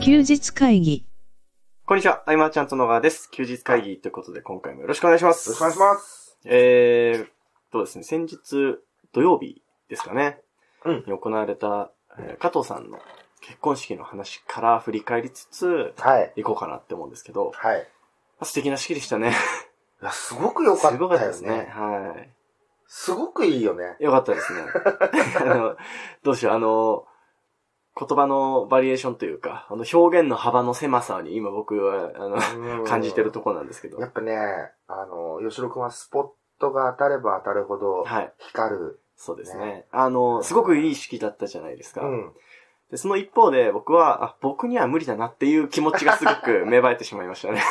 休日会議。 こんにちは、あいまーちゃんと野川です。休日会議ということで今回もよろしくお願いします。 よろしくお願いします。 ですね、先日土曜日ですかね、に行われた、加藤さんの結婚式の話から振り返りつつ、行こうかなって思うんですけど、 はい。 素敵な式でしたね。 いや、すごく良かったよね。 すごかったですね。はい。 すごくいいよね。 良かったですね。どうしよう、言葉のバリエーションというか、表現の幅の狭さに今僕は、感じてるところなんですけど。 やっぱね、吉野くんはスポットが当たれば当たるほど、光る、 はい。そうですね。すごくいい式だったじゃないですか。 うん。 で、その一方で僕は、僕には無理だなっていう気持ちがすごく芽生えてしまいましたね。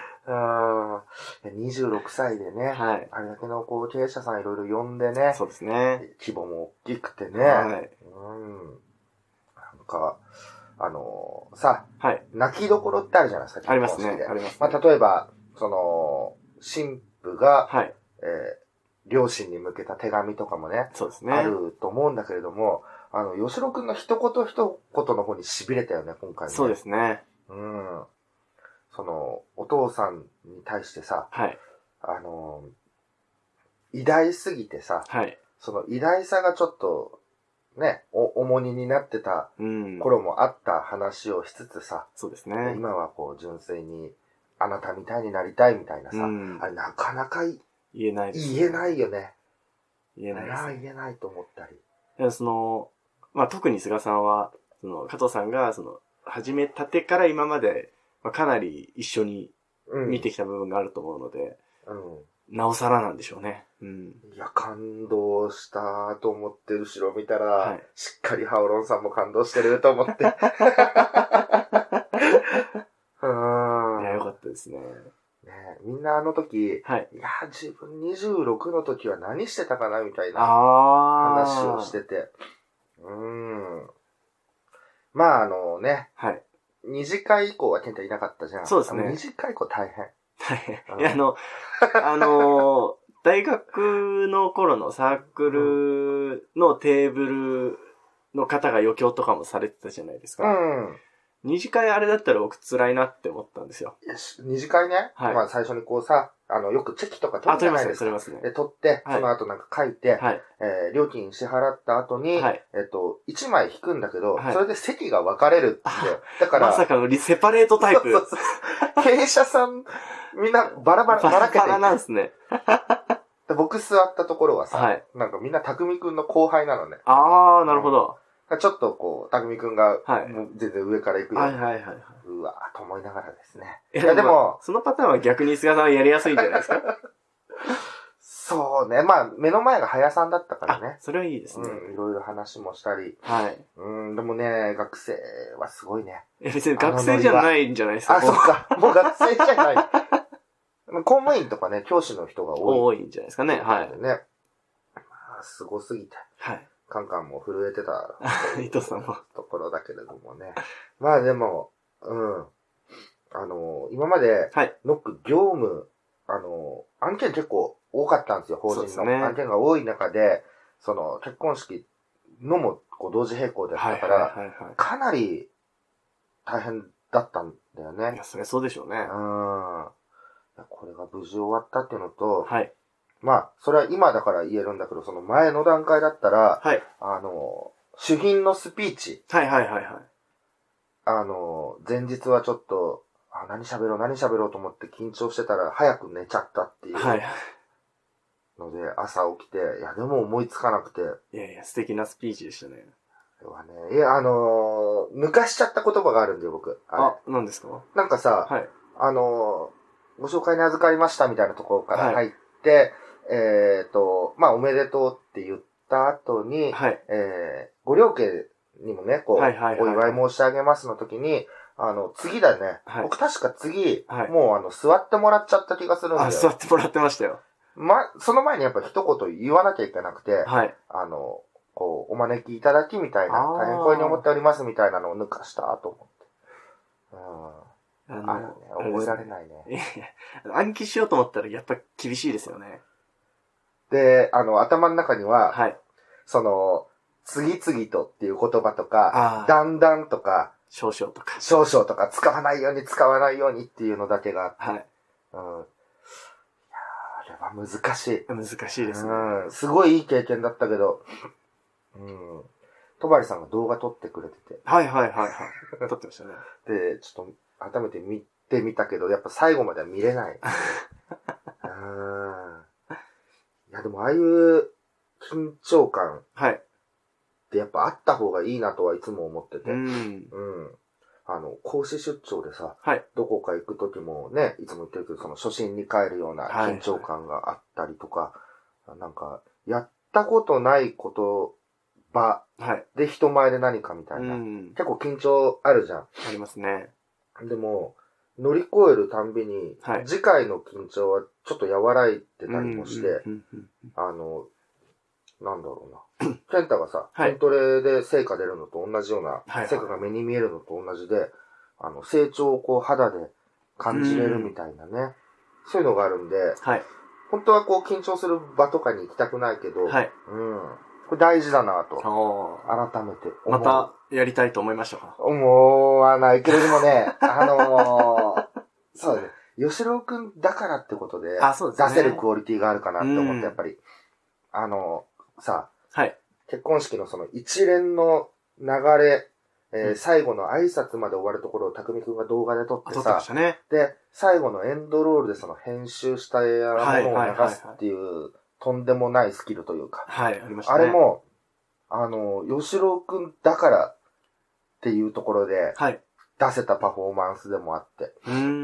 26歳でね、はい。あれだけの経営者さんいろいろ呼んでね。 そうですね。 規模も大きくてね。 はい。 はい。泣きどころってあるじゃないですか。 ありますね。ありますね。 例えば、新婦が、 はい。 両親に向けた手紙とかもね。 そうですね。 あると思うんだけれども、吉野くんの一言一言の方に痺れたよね、今回ね。 そうですね。 お父さんに対してさ、 はい。 偉大すぎてさ、 はい。 その偉大さがちょっと、ね、重荷になってた頃もあった話をしつつさ、 そうですね。 今は純粋にあなたみたいになりたいみたいなさ、あれなかなか言えないですね。 言えないよね。 言えないですね。 言えないと思ったり。 特に菅さんは、加藤さんが、始めたてから今まで、かなり一緒に見てきた部分があると思うので、なおさらなんでしょうね。 いや、感動したと思って後ろ見たら、しっかりハオロンさんも感動してると思って。いや、 よかったですね。 みんなあの時、 はい。 いや、自分26の時は何してたかなみたいな話をしてて。まあはい。 二次会以降はケンタいなかったじゃん。 そうですね。 二次会以降大変。 大変。いや、大学の頃のサークルのテーブルの方が余興とかもされてたじゃないですか。二次会あれだったら僕辛いなって思ったんですよ。 二次会ね。はい。まあ最初によくチェキとか取るじゃないですか。 取りますね。 で、取って、その後なんか書いて、料金支払った後に、1枚引くんだけど、それで席が分かれるって。だから。 まさかのセパレートタイプ。 経営者さん、みんなバラけて。バラなんですね。 僕座ったところはさ、なんかみんな匠くんの後輩なのね。 なるほど。 ちょっと匠くんが、もう全然上から行くよ。うわぁ、と思いながらですね。 いや、でも、そのパターンは逆に菅さんはやりやすいんじゃないですか。 そうね。まあ、目の前が早さんだったからね。 それはいいですね。 いろいろ話もしたり。 はい。 でもね、学生はすごいね。 別に学生じゃないんじゃないですか。 そっか。もう学生じゃない。公務員とかね、教師の人が多いんじゃないですかね。はい。 ね。すごすぎて。 はい。 カンカンも震えてた。 伊藤さんも。 ところだけれどもね。まあでも、今まで、ノック業務、案件結構多かったんですよ、法人の。案件が多い中で、結婚式のも同時並行であったから、かなり大変だったんだよね。 いや、それそうでしょうね。 これが無事終わったっていうのと、まあ、それは今だから言えるんだけど、その前の段階だったら、主賓のスピーチ。前日はちょっと、何喋ろうと思って緊張してたら早く寝ちゃったっていう。ので、朝起きて、いや、でも思いつかなくて。 いやいや、素敵なスピーチでしたね。 いや、抜かしちゃった言葉があるんだよ、僕。 何ですか？ なんかさ、ご紹介に預かりましたみたいなところから入って、まあ、おめでとうって言った後に、ご両家にもね、お祝い申し上げますの時に、次だね。僕確か次、もう座ってもらっちゃった気がするんだよ。 座ってもらってましたよ。 その前にやっぱ一言言わなきゃいけなくて、お招きいただきみたいな、大変光栄に思っておりますみたいなのを抜かしたと思って。覚えられないね。 暗記しようと思ったらやっぱ厳しいですよね。 で、頭の中には、次々とっていう言葉とか、だんだんとか、 少々とか。 少々とか、使わないようにっていうのだけがあって。はい。うん。いやあれは難しい。 難しいですね。 うん。すごいいい経験だったけど、うん。戸張さんが動画撮ってくれてて。 はい。撮ってましたね。 で、ちょっと改めて見てみたけど、やっぱ最後までは見れない。いや、でもああいう緊張感。はい。で、やっぱあった方がいいなとはいつも思ってて。うん。講師出張でさ、はい。どこか行くときもね、いつも言ってるけど、その初心に帰るような緊張感があったりとか、なんか、やったことない言葉で人前で何かみたいな。結構緊張あるじゃん。ありますね。 でも、乗り越えるたんびに、次回の緊張はちょっと和らいでたりもして、なんだろうな。健太がさ、筋トレで成果出るのと同じような、成果が目に見えるのと同じで、成長をこう肌で感じれるみたいなね。そういうのがあるんで、本当はこう緊張する場とかに行きたくないけど、これ大事だなと、改めて思う。またやりたいと思いましたか？ 思わないけれどもね、そうだね。吉郎くんだからってことで、出せるクオリティがあるかなって思って、やっぱり、さ、結婚式のその一連の流れ、最後の挨拶まで終わるところを匠くんが動画で撮ってさ、で、最後のエンドロールでその編集したものを流すっていう、とんでもないスキルというか、 ありましたね。 あれも、吉郎くんだからっていうところで、出せたパフォーマンスでもあって。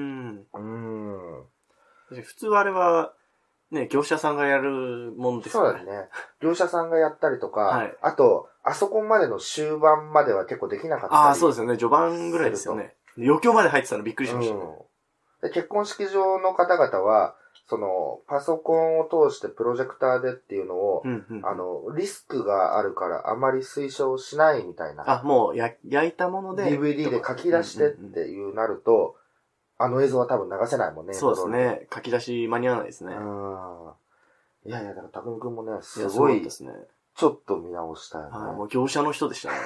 普通はあれは、ね、業者さんがやるもんですよね。 そうだね。業者さんがやったりとか、あと、あそこまでの終盤までは結構できなかったり。 そうですよね。序盤ぐらいですよね。余興まで入ってたのびっくりしましたね。 で結婚式場の方々は、その、パソコンを通してプロジェクターでっていうのを、リスクがあるからあまり推奨しないみたいな。 もう焼いたもので。 DVD で書き出してっていうなると、映像は多分流せないもんね。 そうですね。書き出し間に合わないですね。 いや、だから、たくみくんもね、すごい、ですね。ちょっと見直したよね。 もう業者の人でしたね。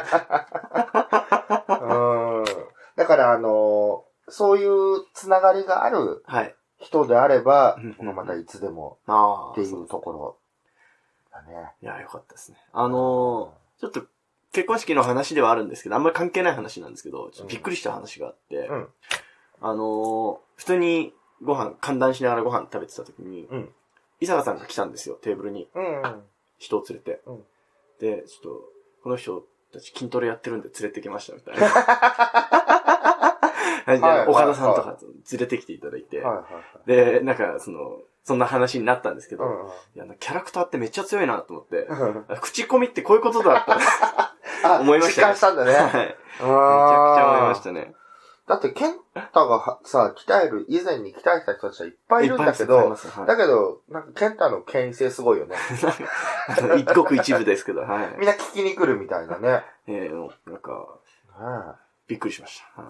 だから、そういうつながりがある人であれば、またいつでもっていうところだね。 いや、よかったですね。ちょっと結婚式の話ではあるんですけど、あんまり関係ない話なんですけど、ちょっとびっくりした話があって、普通に歓談しながらご飯食べてた時に、伊坂さんが来たんですよ、テーブルに。人を連れて。で、ちょっと、この人たち筋トレやってるんで連れてきましたみたいな。岡田さんとか連れてきていただいて。で、なんか、そんな話になったんですけど、いやキャラクターってめっちゃ強いなと思って、口コミってこういうことだった思いましたね。 実感したんだね。 はい。めちゃくちゃ思いましたね。 だって、ケンタがさ、鍛える、以前に鍛えた人たちはいっぱいいるんだけど、だけど、なんか、ケンタの権威性すごいよね。 一国一部ですけど、はい。 みんな聞きに来るみたいなね。 なんか、びっくりしました。はい、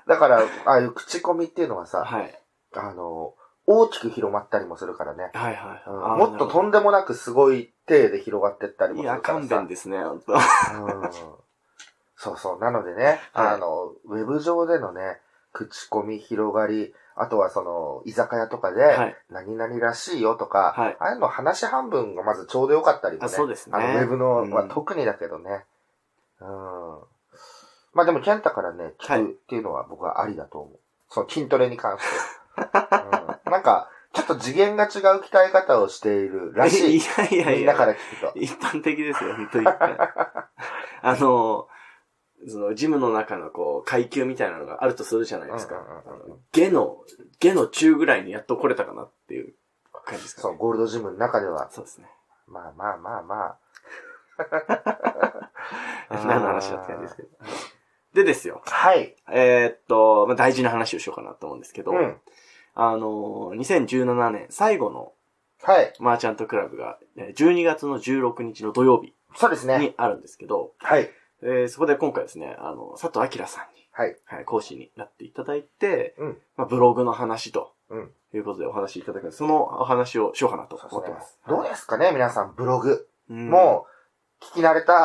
だから、ああいう口コミっていうのはさ、大きく広まったりもするからね。もっととんでもなくすごい体で広がってったりもするからさ。 いや、勘弁ですね、本当。 そうそう。なのでね、ウェブ上でのね、口コミ広がり、あとは居酒屋とかで、何々らしいよとか、ああいうの話半分がまずちょうどよかったりもね。 そうですね。 ウェブのは特にだけどね。まあでも、ケンタからね、聞くっていうのは僕はありだと思う。その筋トレに関して。なんか、ちょっと次元が違う鍛え方をしているらしい。 いや。 みんなから聞くと。 一般的ですよ、本当に。ジムの中の階級みたいなのがあるとするじゃないですか。下の中ぐらいにやっと来れたかなっていう感じですかね。 そう、ゴールドジムの中では。 そうですね。 まあ。 何の話だったんですけど。でですよ。 はい。 大事な話をしようかなと思うんですけど、2017年最後の、マーチャントクラブが、12月の16日の土曜日そうですね。 にあるんですけど、そこで今回ですね、佐藤明さんに、講師になっていただいて、ブログの話と、いうことでお話しいただくので、そのお話をしようかなと思ってます。 どうですかね、皆さん、ブログ。もう、聞き慣れた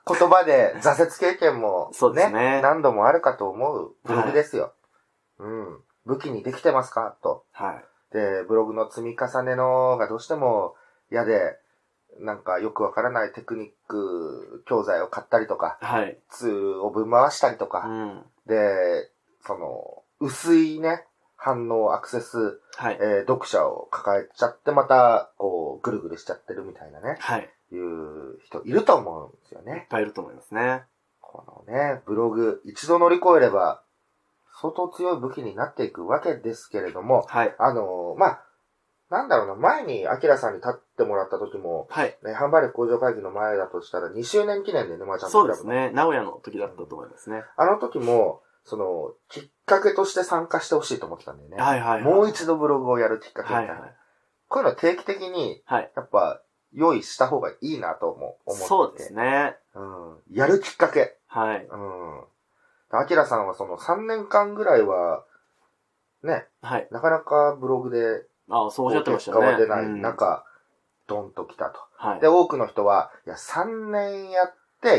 言葉で挫折経験もそうですね。 何度もあるかと思うブログですよ。はい、うん。武器にできてますかと。はい。で、ブログの積み重ねのがどうしても嫌で、なんかよくわからないテクニック教材を買ったりとか、はい。ツールをぶん回したりとか、うん、で、薄いね、反応、アクセス、はい。読者を抱えちゃって、また、こう、ぐるぐるしちゃってるみたいなね。はい。いう人いると思うんですよね。 いっぱいいると思いますね。 このね、ブログ、一度乗り越えれば、相当強い武器になっていくわけですけれども、はい。まあ、なんだろうな、前にアキラさんに立ってもらった時も、はい。ね、販売力向上会議の前だとしたら2周年記念でね、ちゃんとそうですね。名古屋の時だったと思いますね。 あの時も、きっかけとして参加してほしいと思ってたんだよね。はいはい、はい。もう一度ブログをやるきっかけみたいな。はいはい。こういうの定期的に、はい。やっぱ、用意した方がいいなと思って。 そうですね。 うん。やるきっかけ。はい。うん。アキラさんは3年間ぐらいは、ね。はい。なかなかブログで、 そうおっしゃってましたね。 結果は出ない中、ドンと来たと。はい。で、多くの人は、いや、3年やって、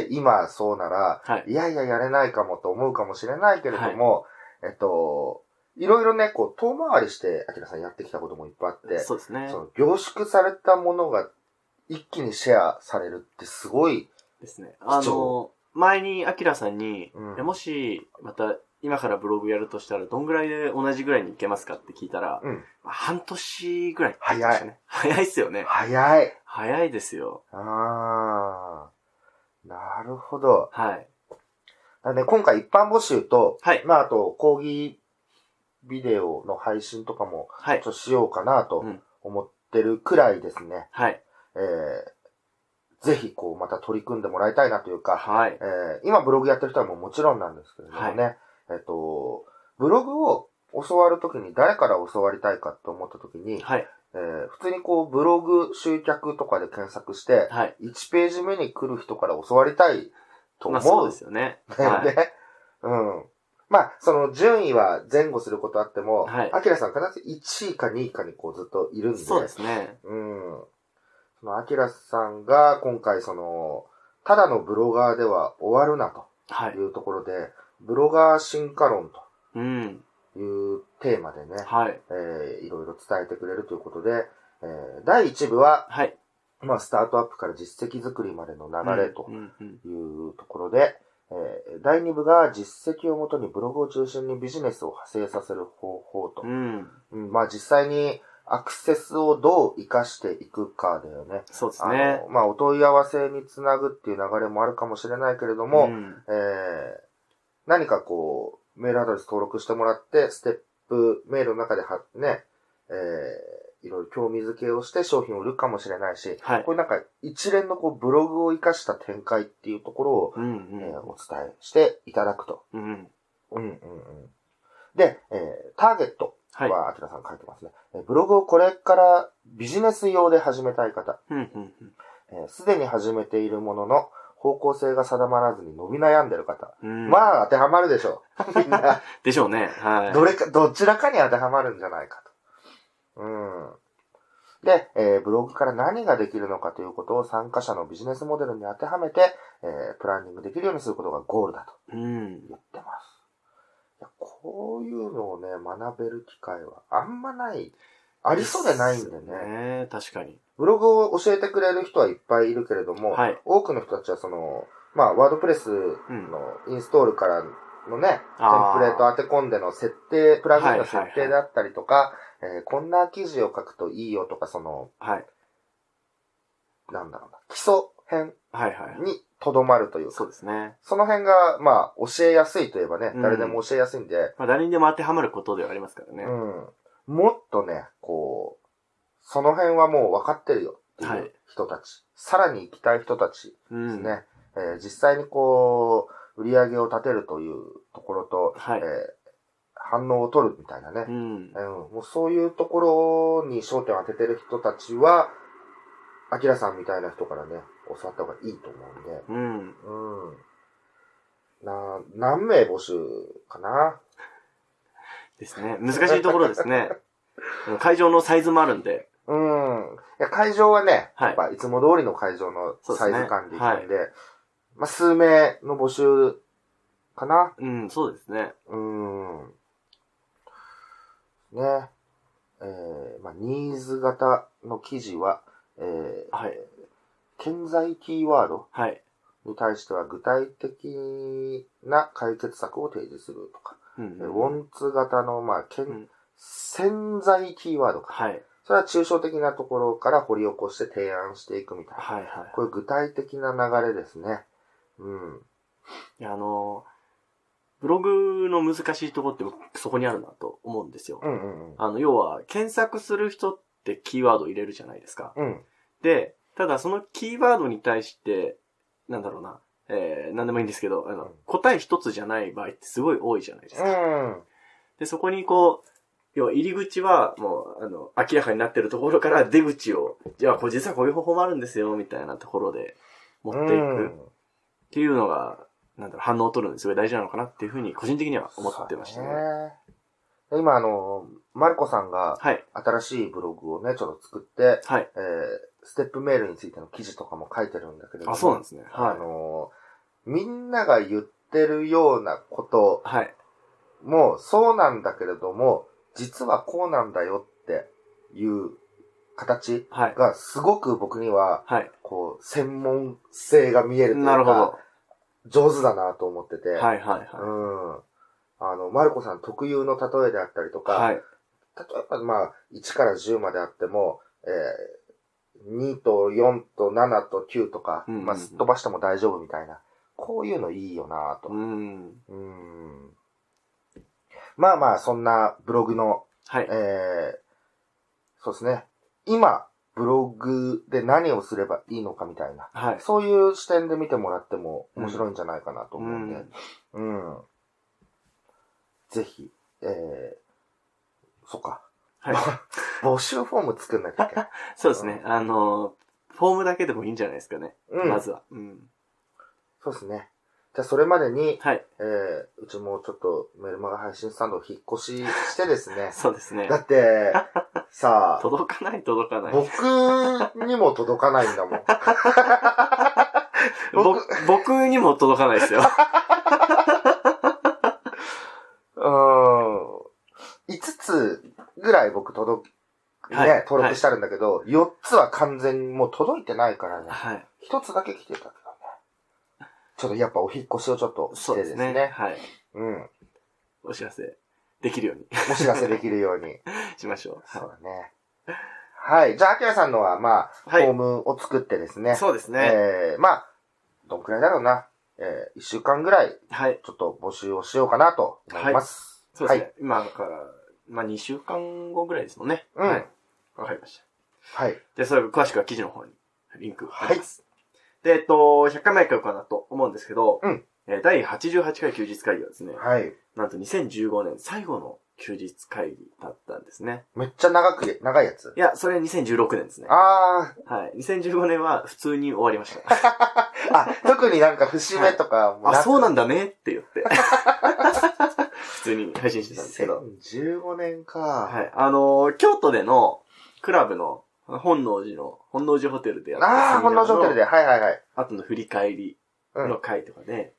今そうなら、はい。いやいややれないかもと思うかもしれないけれども、はい、いろいろね、こう、遠回りして、アキラさんやってきたこともいっぱいあって、 そうですね。 凝縮されたものが一気にシェアされるってすごいですね。前にアキラさんに、うん、もし、また、今からブログやるとしたら、どんぐらいで同じぐらいにいけますかって聞いたら、うん、半年ぐらいって言ってましたね。早いっすよね。 早い。 早いですよ。 なるほど。はい。ね、今回一般募集と、はい。まあ、あと、講義ビデオの配信とかも、はい。ちょっとしようかなと思ってるくらいですね。はい。ぜひ、こう、また取り組んでもらいたいなというか、はい。今ブログやってる人はもちろんなんですけれどもね、はい。ブログを教わるときに誰から教わりたいかと思ったときに、はい。普通にこう、ブログ集客とかで検索して、はい。1ページ目に来る人から教わりたいと思う。 そうですよね。 はい。うん。まあ、順位は前後することあっても、はい。アキラさん必ず1位か2位かにこうずっといるんで。 そうですね。 うん。アキラさんが今回ただのブロガーでは終わるなというところで、はい、ブロガー進化論というテーマでね、はい。いろいろ伝えてくれるということで、第1部は、はい。まあ、スタートアップから実績作りまでの流れというところで、第2部が実績をもとにブログを中心にビジネスを派生させる方法と。まあ、実際にアクセスをどう活かしていくかだよね。 そうですね。 まあ、お問い合わせにつなぐっていう流れもあるかもしれないけれども、何かこう、メールアドレス登録してもらって、ステップメールの中でね、いろいろ興味づけをして商品を売るかもしれないし、はい、これなんか一連のこうブログを活かした展開っていうところを、お伝えしていただくと。で、ターゲットは、アキラさん書いてますね。ブログをこれからビジネス用で始めたい方。すでに始めているものの、方向性が定まらずに伸び悩んでる方。まあ、当てはまるでしょう。みんな。 でしょうね。はい。 どちらかに当てはまるんじゃないかと。で、ブログから何ができるのかということを参加者のビジネスモデルに当てはめて、プランニングできるようにすることがゴールだと。言ってます。こういうのをね、学べる機会はあんまない。ありそうでないんでね。 確かに。 ブログを教えてくれる人はいっぱいいるけれども、はい、多くの人たちはまあ、ワードプレスのインストールからのね、テンプレート当て込んでの設定、プラグインの設定であったりとか、こんな記事を書くといいよとか、はい。なんだろうな、基礎編にとどまるというか、 そうですね。 その辺が、まあ、教えやすいといえばね、誰でも教えやすいんで。 まあ、誰にでも当てはまることではありますからね。 もっとね、こう、その辺はもう分かってるよっていう人たち、さらに行きたい人たちですね。実際にこう、売り上げを立てるというところと、はい、反応を取るみたいなね、もうそういうところに焦点を当ててる人たちは、アキラさんみたいな人からね、教わった方がいいと思うんで、何名募集かなですね。難しいところですね。会場のサイズもあるんで。 いや会場はね、やっぱいつも通りの会場のサイズ感でいくんで、 まあ、数名の募集かな。 うん、そうですね。 ね。まあ、ニーズ型の記事は、 はい。 顕在キーワードはい。 に対しては具体的な解決策を提示するとか。ウォンツ型の、まあ、潜在キーワードか。 はい。 それは抽象的なところから掘り起こして提案していくみたいな。 はいはい。 こういう具体的な流れですね。 いや、ブログの難しいところってそこにあるなと思うんですよ。要は、検索する人ってキーワードを入れるじゃないですか。で、ただそのキーワードに対して、なんだろうな、なんでもいいんですけど、答え一つじゃない場合ってすごい多いじゃないですか。で、そこにこう、要は入り口はもう、明らかになってるところから出口を、じゃあ、実はこういう方法もあるんですよ、みたいなところで持っていくっていうのが、なんだろう、反応を取るのにすごい大事なのかなっていうふうに、個人的には思ってましたね。 今マルコさんが、新しいブログをね、ちょっと作って、はい。ステップメールについての記事とかも書いてるんだけれども。 あ、そうなんですね。 はい。みんなが言ってるようなこと、はい。もう、そうなんだけれども、実はこうなんだよっていう形がすごく僕には、はい。こう、専門性が見えるというか、なるほど。上手だなと思ってて。はいはいはい。マルコさん特有の例えであったりとか、はい。例えばまあ、1から10まであっても、2と4と7と9とか、まあ、すっ飛ばしても大丈夫みたいな。こういうのいいよなと。まあまあ、そんなブログの、はい。そうですね。今、ブログで何をすればいいのかみたいな。はい。そういう視点で見てもらっても面白いんじゃないかなと思うんで。ぜひ、そっか。はい。募集フォーム作んなきゃいけない。 そうですね。フォームだけでもいいんじゃないですかね。まずは。 そうですね。じゃあそれまでに、はい。うちもちょっとメルマガ配信スタンドを引っ越ししてですね。 そうですね。 だって、さあ。 届かない。 僕にも届かないんだもん。 僕にも届かないですよ。 5つぐらい僕登録してあるんだけど、4つは完全にもう届いてないからね。はい。1つだけ来てたけどね。ちょっとやっぱお引っ越しをちょっとしてですね。そうですね。はい。 お知らせできるように。 お知らせできるように。 しましょう。 そうだね。はい。じゃあ、アキラさんのは、まあ、フォームを作ってですね。 そうですね。 まあ、どんくらいだろうな。1週間ぐらい、ちょっと募集をしようかなと思います。 そうですね。今から、まあ2週間後ぐらいですもんね。はい。わかりました。はい。で、それ詳しくは記事の方にリンク貼ります。で、100回前からかなと思うんですけど、第88回休日会議はですね、はい。なんと2015年最後の休日会議だったんですね。 めっちゃ長いやつ？ いや、それは2016年ですね。はい。2015年は普通に終わりました。 あ、特になんか節目とかもなく、そうなんだねって言って。普通に配信してたんですけど。 2015年か。 はい。京都でのクラブの本能寺ホテルでやった。 本能寺ホテルで。はいはいはい。 後の振り返りの回とかで、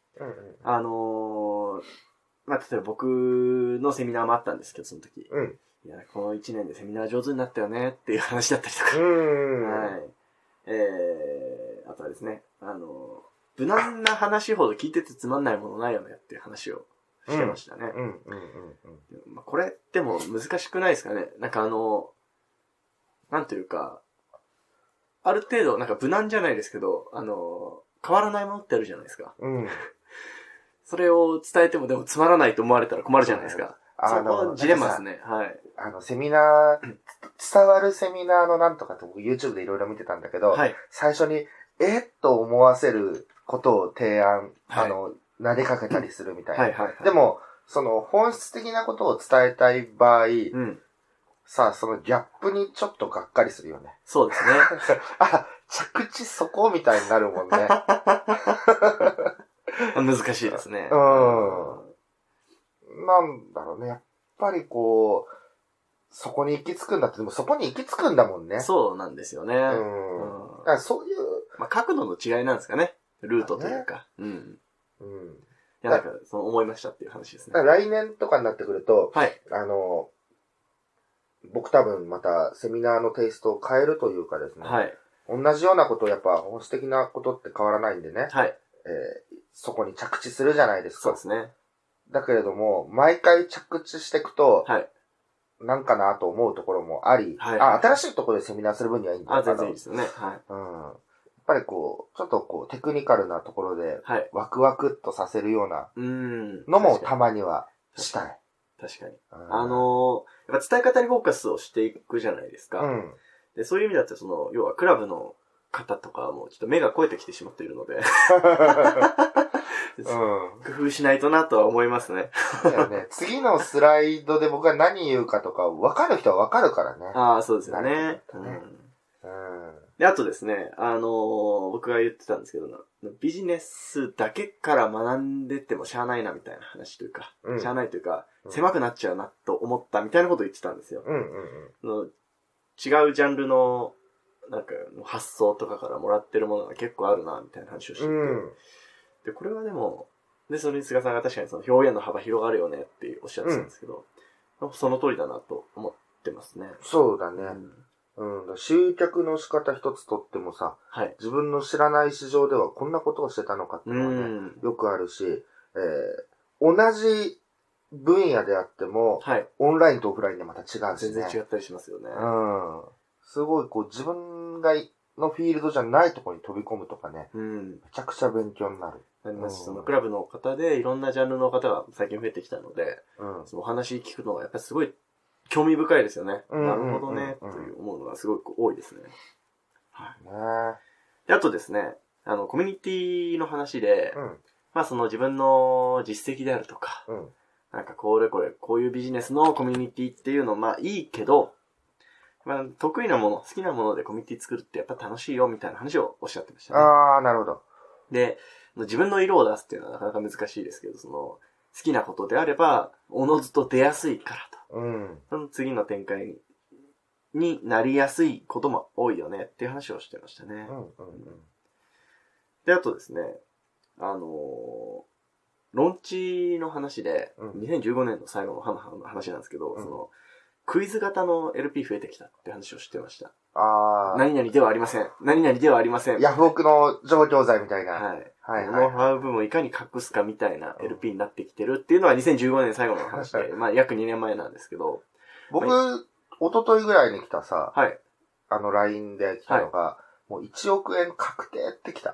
まあ、例えば僕のセミナーもあったんですけど、その時。いや、この1年でセミナー上手になったよねっていう話だったりとか。はい。あとはですね、無難な話ほど聞いててつまんないものないよねっていう話をしてましたね。これでも難しくないですかね。なんかなんというか、ある程度、なんか無難じゃないですけど、変わらないものってあるじゃないですか。それを伝えてもでもつまらないと思われたら困るじゃないですか。そこジレンマですね。はい。 セミナー、伝わるセミナーのなんとかって僕 YouTube でいろいろ見てたんだけど、はい、最初に、と思わせることを提案、はい、投げかけたりするみたいな。はいはいはい、でも、その本質的なことを伝えたい場合、さあ、そのギャップにちょっとがっかりするよね。 そうですね。 あ、着地そこみたいになるもんね。 難しいですね。 なんだろうね。やっぱりこう、そこに行き着くんだって、でもそこに行き着くんだもんね。 そうなんですよね。 だからそういう、 まあ、角度の違いなんですかね。 ルートというか、うん。うん。いや、なんか、思いましたっていう話ですね。 来年とかになってくると、 はい。 僕多分またセミナーのテイストを変えるというかですね。 はい。 同じようなことをやっぱ本質的なことって変わらないんでね。 はい。 そこに着地するじゃないですか。 そうですね。 だけれども、毎回着地していくと、 はい。 なんかなと思うところもあり、はい、新しいところでセミナーする分にはいいんだけど。 全然いいですよね。はい。 うん。やっぱりちょっとテクニカルなところで、はい。ワクワクっとさせるようなのもたまにはしたい。 確かに。やっぱ伝え方にフォーカスをしていくじゃないですか。うん。で、そういう意味だと要はクラブの方とかもちょっと目が肥えてきてしまっているので。うん、工夫しないとなとは思いますね。 ね。次のスライドで僕が何言うかとか分かる人は分かるからね。 ああ、そうですよね。で、あとですね、僕が言ってたんですけど、ビジネスだけから学んでってもしゃあないなみたいな話というか、しゃあないというか、狭くなっちゃうなと思ったみたいなことを言ってたんですよ。違うジャンルの、なんか、発想とかからもらってるものが結構あるな、みたいな話をしてて、で、これはでも、それに菅さんが確かに表現の幅広がるよねっておっしゃってたんですけど、その通りだなと思ってますね。 そうだね。集客の仕方一つとってもさ、はい、自分の知らない市場ではこんなことをしてたのかっていうのはね、よくあるし、同じ分野であっても、はい、オンラインとオフラインでまた違うしね。 全然違ったりしますよね。 すごい自分がのフィールドじゃないところに飛び込むとかね、めちゃくちゃ勉強になる。 なりますし、クラブの方でいろんなジャンルの方が最近増えてきたので、そのお話聞くのがやっぱりすごい興味深いですよね。なるほどね、という思うのがすごく多いですね。はい。で、あとですね、コミュニティの話で、まあ自分の実績であるとか、なんかこういうビジネスのコミュニティっていうのまあいいけど、まあ得意なもの、好きなものでコミュニティ作るってやっぱ楽しいよみたいな話をおっしゃってましたね。 ああ、なるほど。 で、自分の色を出すっていうのはなかなか難しいですけど、好きなことであれば、おのずと出やすいからと。その次の展開になりやすいことも多いよねっていう話をしてましたね。で、あとですね、ロンチの話で、2015年の最後の話なんですけど、クイズ型の LP 増えてきたって話をしてました。何々ではありません。何々ではありません。 ヤフオクの情報教材みたいな。 はい。ノウハウ部分をいかに隠すかみたいな LP になってきてるっていうのは2015年最後の話で、まあ約2年前なんですけど。 僕、一昨日ぐらいに来たさ、はい。LINE で来たのが、もう1億円確定って来た。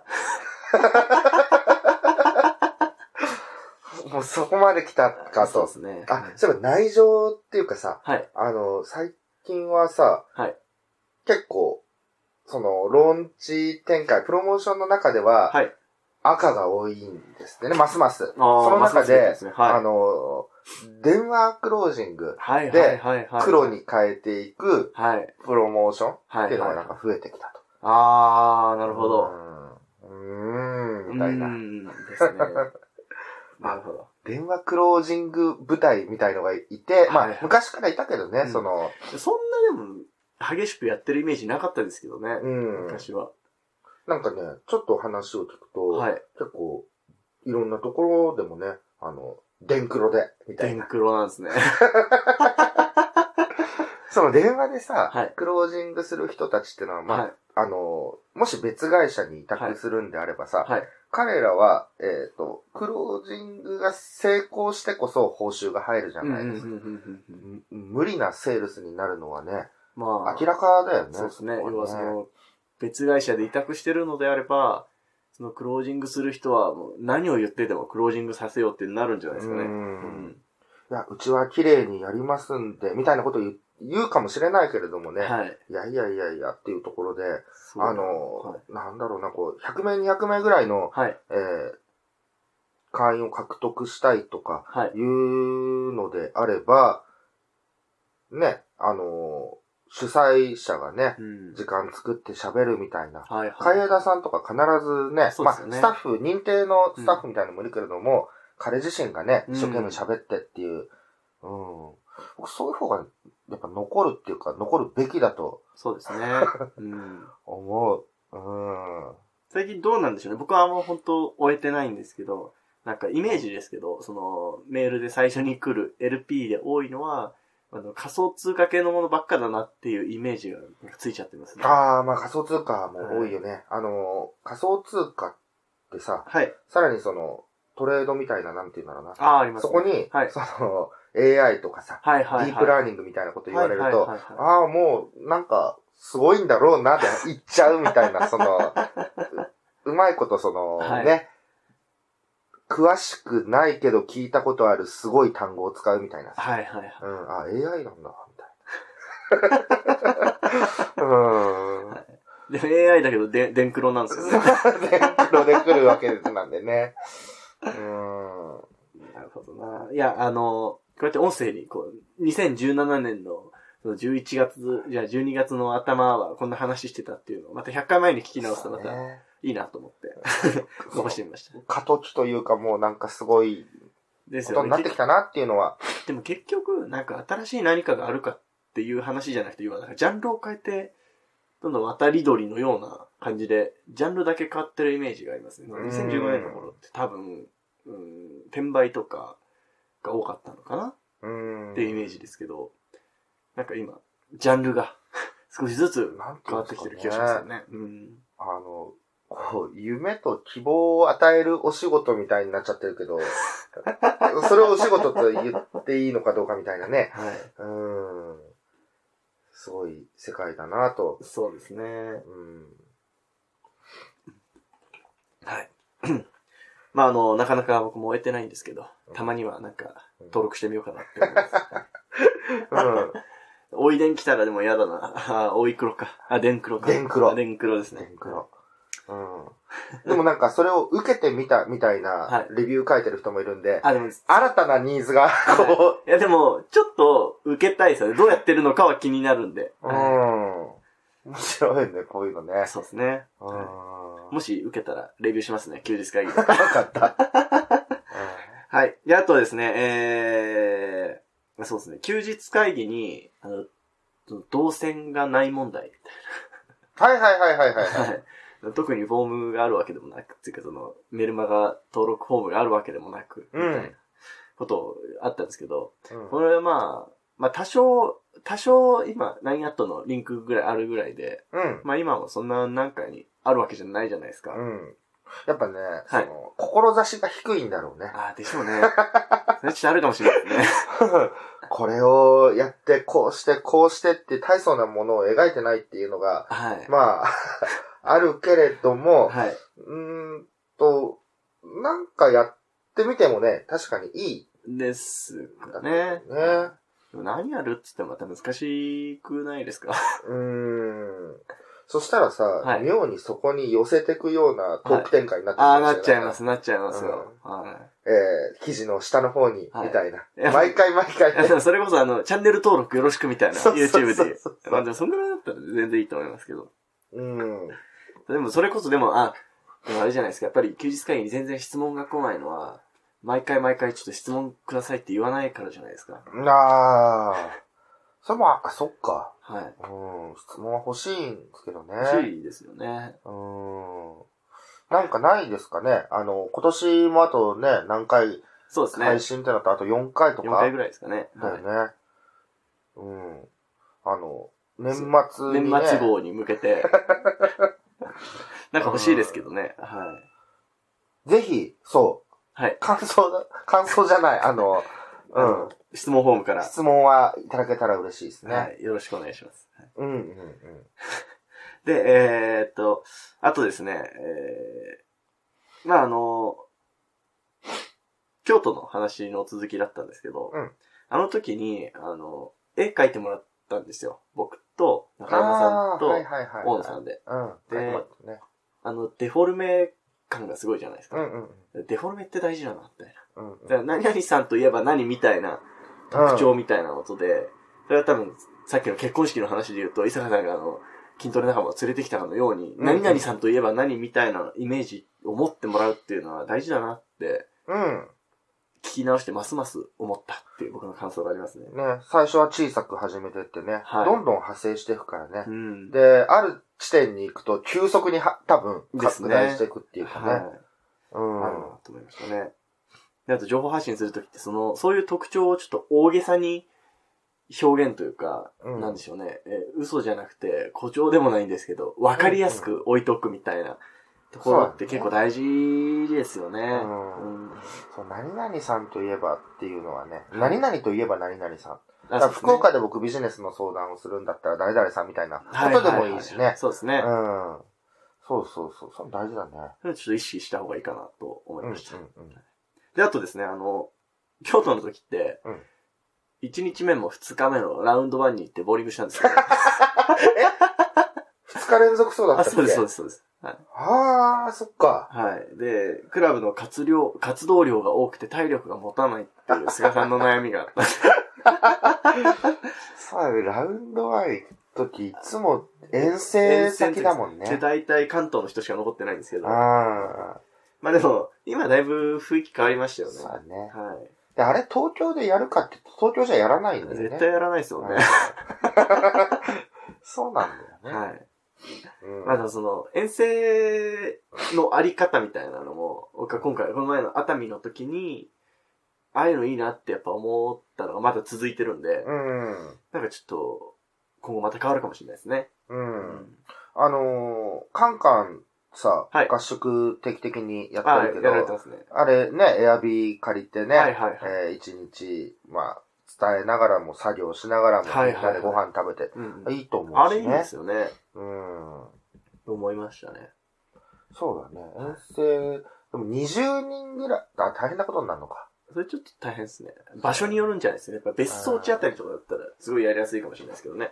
もうそこまで来たかと。 そうですね。 そういえば内情っていうかさ、はい。最近はさ、はい。結構、ローンチ展開、プロモーションの中では、はい。赤が多いんですってね、ますます。その中で、電話クロージングで、黒に変えていく、プロモーションっていうのがなんか増えてきたと。 なるほど。 みたいな。 ですね。なるほど。 電話クロージング部隊みたいのがいて、まあ、昔からいたけどね、 そんなでも、激しくやってるイメージなかったですけどね、昔は。 なんかね、ちょっと話を聞くと、結構、いろんなところでもね、電クロで、みたいな。 電クロなんですね。 その電話でさ、クロージングする人たちっていうのは、まあ、もし別会社に委託するんであればさ、彼らは、クロージングが成功してこそ報酬が入るじゃないですか。無理なセールスになるのはね、まあ、明らかだよね。 そうですね。要は別会社で委託してるのであれば、クロージングする人はもう何を言っててもクロージングさせようってなるんじゃないですかね。 いや、うちは綺麗にやりますんで、みたいなことを言うかもしれないけれどもね。いやっていうところで、なんだろうな、100名、200名ぐらいの、会員を獲得したいとか、いうのであれば、ね、主催者がね、時間作って喋るみたいな。海江田さんとか必ずね、まあ、スタッフ、認定のスタッフみたいなのもいるけれども、彼自身がね、一生懸命喋ってっていう、僕そういう方が、やっぱ残るっていうか、残るべきだと。 そうですね。 思う。 最近どうなんでしょうね。僕はもう本当終えてないんですけど、なんかイメージですけど、そのメールで最初に来る LP で多いのは、仮想通貨系のものばっかだなっていうイメージがついちゃってますね。 ああ、まあ仮想通貨も多いよね。はい、仮想通貨ってさ、はい、さらにその、トレードみたいな、なんていうんだろうな。 ありますね。 そこに、はい、その、AI とかさ、はいはいはい、ディープラーニングみたいなこと言われると、ああ、もう、なんか、すごいんだろうなって言っちゃうみたいな、その、うまいことその、はい、ね、詳しくないけど聞いたことあるすごい単語を使うみたいな。 はいはいはい。 うん、あ、AI なんだ、みたいな。うん。 はい、で、AI だけど、電黒なんですよね。 電黒で来るわけなんでね。 なるほどな。いや、こうやって音声に、こう、2017年の、11月、じゃあ12月の頭はこんな話してたっていうのを、また100回前に聞き直すとまたいいなと思って、残してみました。 過渡期というかもうなんかすごい、ことになってきたなっていうのは。 でも結局、なんか新しい何かがあるかっていう話じゃなくて、要はなんかジャンルを変えて、どんどん渡り鳥のような感じで、ジャンルだけ変わってるイメージがありますね。2015年の頃って多分、転売とかが多かったのかなっていうイメージですけど、なんか今、ジャンルが少しずつ変わってきてる気がしますよね。 こう、夢と希望を与えるお仕事みたいになっちゃってるけど、それをお仕事と言っていいのかどうかみたいなね。はい。すごい世界だなと。 そうですね。はい。まあなかなか僕も終えてないんですけど、たまにはなんか登録してみようかなって思います。おいでん来たらでも嫌だな。おい黒か。電黒か。 電黒。 電黒ですね。 電黒。でもなんかそれを受けてみたみたいなレビュー書いてる人もいるんで、でも新たなニーズがこう。いやでも、ちょっと受けたいですよね。どうやってるのかは気になるんで。 面白いね、こういうのね。 そうですね。もし受けたらレビューしますね、休日会議で。 わかった。 はい。で、あとですね、そうですね、休日会議に、動線がない問題みたいな。はい。 特にフォームがあるわけでもなく、っていうかメルマガ登録フォームがあるわけでもなく、みたいなことあったんですけど、これはまあ多少今、LINE アットのリンクぐらいあるぐらいで、まあ今もそんな何回にあるわけじゃないじゃないですか。 やっぱね、志が低いんだろうね。 でしょうね。それちょっとあるかもしれないですね。 これをやって、こうしてって大層なものを描いてないっていうのが、まあ、あるけれども、なんかやってみてもね、確かにいい。 ですかね。何やるって言ってもまた難しくないですか？ そしたらさ、妙にそこに寄せてくようなトーク展開になってくるなっちゃいますよ。 記事の下の方に、みたいな。毎回。 それこそチャンネル登録よろしくみたいな、YouTube で。まあでもそんぐらいだったら全然いいと思いますけど。でもそれこそでもあれじゃないですか。やっぱり休日会議に全然質問が来ないのは、毎回ちょっと質問くださいって言わないからじゃないですか。 それも、そっか。 はい。 質問は欲しいんですけどね。 欲しいですよね。 なんかないですかね。今年もあとね、何回、 そうですね。 配信ってなったらあと4回とか。 4回ぐらいですかね。 だよね。年末にね。 年末号に向けて。なんか欲しいですけどね。はい。 ぜひ、そう。 はい。 感想じゃない。 質問フォームから。 質問はいただけたら嬉しいですね。 はい。よろしくお願いします。 うん。 で、あとですね、まあ京都の話の続きだったんですけど、あの時に、絵描いてもらったんですよ。僕と中山さんと大野さんで。で、デフォルメ感がすごいじゃないですか。デフォルメって大事だな、みたいな。何々さんといえば何みたいな特徴みたいなことで、それは多分、さっきの結婚式の話で言うと、伊坂さんが筋トレ仲間を連れてきたかのように、何々さんといえば何みたいなイメージを持ってもらうっていうのは大事だなって、聞き直してますます思ったっていう僕の感想がありますね。 最初は小さく始めてってね、どんどん派生していくからね。で、ある地点に行くと急速に多分拡大していくっていうかね。はい。 あるなと思いましたね。で、あと情報発信するときってそういう特徴をちょっと大げさに表現というか、なんでしょうね。嘘じゃなくて誇張でもないんですけど、わかりやすく置いとくみたいなところって結構大事ですよね。 そう、何々さんといえばっていうのはね、何々といえば何々さん。だから福岡で僕ビジネスの相談をするんだったら誰々さんみたいなことでもいいしね。 そうですね。 そう。それ大事だね。 それちょっと意識した方がいいかなと思いました。で、あとですね、京都の時って、1日目も2日目のラウンド1に行ってボーリングしたんですけど。2 日連続そうだったっけ？ そうです。はい。 そっか。 はい。で、クラブの活動量が多くて体力が持たないっていう菅さんの悩みがあった。 そうだね、ラウンド1行くとき、いつも遠征先だもんね。 で、大体関東の人しか残ってないんですけど。まあでも、今だいぶ雰囲気変わりましたよね。 そうだね。 はい。 で、あれ東京でやるかって東京じゃやらないんだよね。 絶対やらないですよね。 そうなんだよね。 はい。まだ遠征のあり方みたいなのも、僕は今回、この前の熱海の時に、ああいうのいいなってやっぱ思ったのがまだ続いてるんで、なんかちょっと、今後また変わるかもしれないですね。 カンカンさ、合宿定期的にやってるけど、 やられてますね。 あれね、エアビー借りてね、一日、伝えながらも作業しながらもみんなでご飯食べて、いいと思うしね。 あれいいですよね。と思いましたね。 そうだね。遠征、でも20人ぐらい、大変なことになるのか。 それちょっと大変ですね。場所によるんじゃないですかね。やっぱ別荘地あたりとかだったら、すごいやりやすいかもしれないですけどね。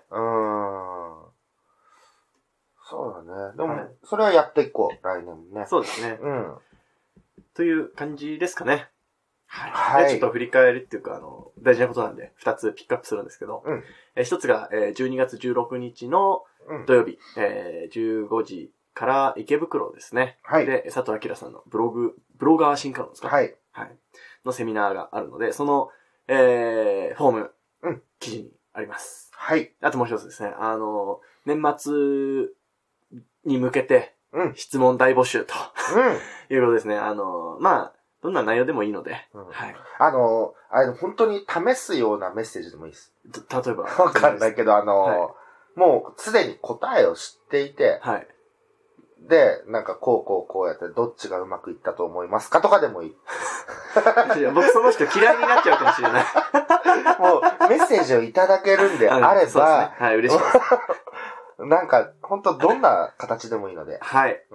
そうだね。でも、それはやっていこう、来年もね。 そうですね。という感じですかね。はい。ちょっと振り返りっていうか、大事なことなんで、2つピックアップするんですけど、1つが、12月16日の土曜日、15時から池袋ですね。で、佐藤明さんのブロガー進化論ですか？のセミナーがあるので、その、フォーム、記事にあります。あともう一つですね、年末に向けて、質問大募集と、いうことですね。どんな内容でもいいので。 本当に試すようなメッセージでもいいです。 例えば。 わかんないけど、もうすでに答えを知っていて、で、なんかこうやってどっちがうまくいったと思いますかとかでもいい。 いや僕その人嫌いになっちゃうかもしれない。 もうメッセージをいただけるんであれば、 嬉しいです。 なんか、本当どんな形でもいいので。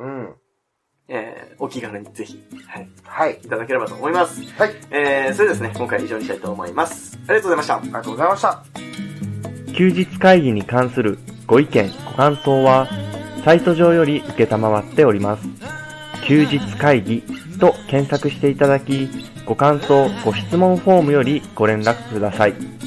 お気軽にぜひ、いただければと思います。それですね、今回は以上にしたいと思います。ありがとうございました。ありがとうございました。 休日会議に関するご意見、ご感想は、サイト上より受けたまわっております。休日会議と検索していただき、ご感想、ご質問フォームよりご連絡ください。